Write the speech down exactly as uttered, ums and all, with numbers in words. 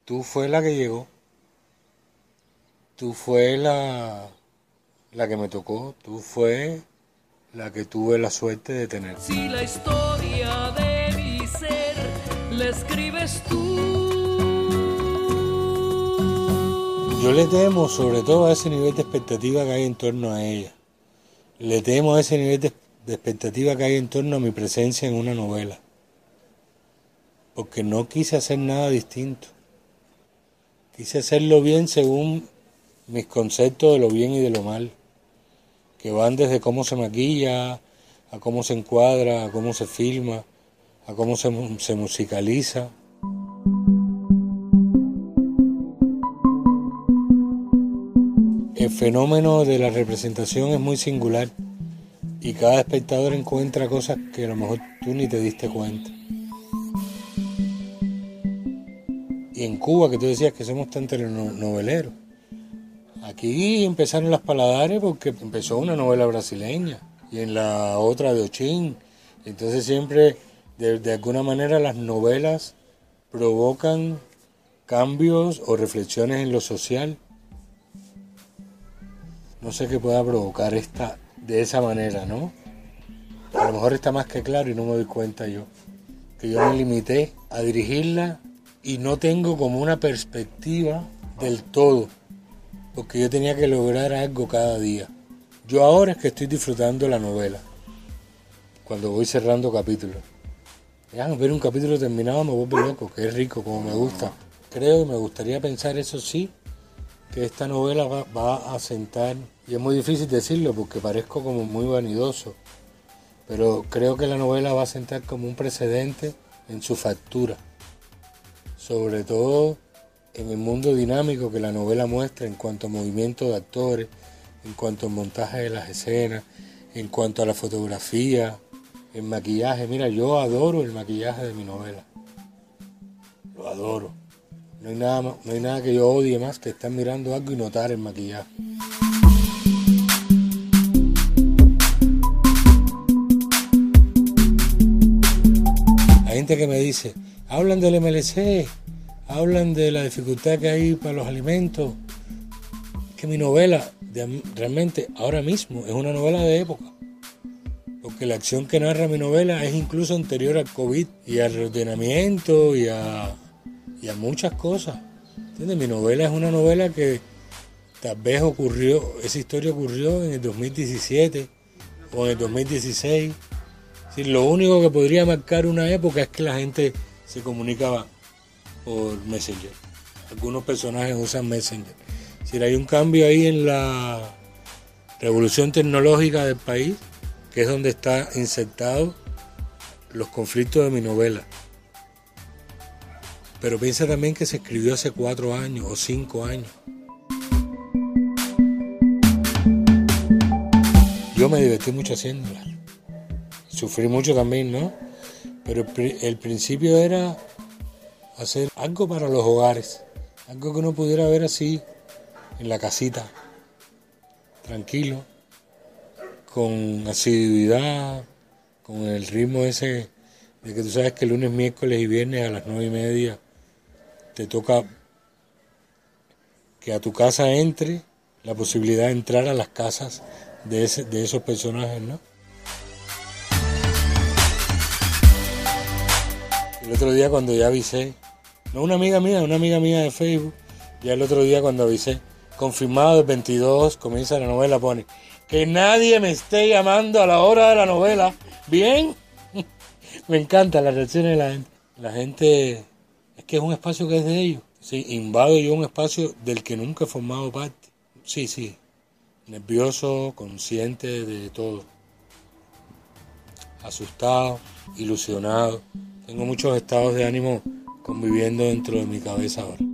tú fue la que llegó, tú fue la, la que me tocó, tú fue la que tuve la suerte de tener. Si la historia de mi ser la escribes tú. Yo le temo sobre todo a ese nivel de expectativa que hay en torno a ella. Le temo a ese nivel de, de expectativa que hay en torno a mi presencia en una novela. Porque no quise hacer nada distinto. Quise hacerlo bien según mis conceptos de lo bien y de lo mal. Que van desde cómo se maquilla, a cómo se encuadra, a cómo se filma, a cómo se, se musicaliza. El fenómeno de la representación es muy singular y cada espectador encuentra cosas que a lo mejor tú ni te diste cuenta. Y en Cuba, que tú decías que somos tan telenoveleros, aquí empezaron las paladares porque empezó una novela brasileña y en la otra de Ochín. Entonces siempre, de, de alguna manera, las novelas provocan cambios o reflexiones en lo social. No sé qué pueda provocar esta de esa manera, ¿no? A lo mejor está más que claro y no me doy cuenta yo. Que yo me limité a dirigirla y no tengo como una perspectiva del todo. Porque yo tenía que lograr algo cada día. Yo ahora es que estoy disfrutando la novela. Cuando voy cerrando capítulos. Ya, ver un capítulo terminado me vuelve loco, que es rico, como me gusta. Creo que me gustaría pensar, eso sí, que esta novela va, va a sentar, y es muy difícil decirlo porque parezco como muy vanidoso, pero creo que la novela va a sentar como un precedente en su factura, sobre todo en el mundo dinámico que la novela muestra en cuanto a movimiento de actores, en cuanto al montaje de las escenas, en cuanto a la fotografía, el maquillaje. Mira, yo adoro el maquillaje de mi novela, lo adoro. No hay nada, no hay nada que yo odie más que estar mirando algo y notar el maquillaje. Hay gente que me dice, hablan del M L C, hablan de la dificultad que hay para los alimentos. Que mi novela, de, realmente, ahora mismo, es una novela de época. Porque la acción que narra mi novela es incluso anterior al COVID y al reordenamiento y a... y a muchas cosas. ¿Entiendes? Mi novela es una novela que tal vez ocurrió, esa historia ocurrió en el dos mil diecisiete o en el dos mil dieciséis. Es decir, lo único que podría marcar una época es que la gente se comunicaba por Messenger. Algunos personajes usan Messenger. Es decir, hay un cambio ahí en la revolución tecnológica del país, que es donde está insertado los conflictos de mi novela. Pero piensa también que se escribió hace cuatro años o cinco años. Yo me divertí mucho haciéndola. Sufrí mucho también, ¿no? Pero el, el principio era hacer algo para los hogares. Algo que uno pudiera ver así, en la casita, tranquilo, con asiduidad, con el ritmo ese de que tú sabes que lunes, miércoles y viernes a las nueve y media te toca que a tu casa entre la posibilidad de entrar a las casas de, ese, de esos personajes, ¿no? El otro día cuando ya avisé, no una amiga mía, una amiga mía de Facebook, ya el otro día cuando avisé, confirmado el veintidós, comienza la novela, pone, que nadie me esté llamando a la hora de la novela, ¿bien? Me encanta la reacción de la gente. La gente... Es que es un espacio que es de ellos. Sí, invado yo un espacio del que nunca he formado parte. Sí, sí. Nervioso, consciente de todo. Asustado, ilusionado. Tengo muchos estados de ánimo conviviendo dentro de mi cabeza ahora.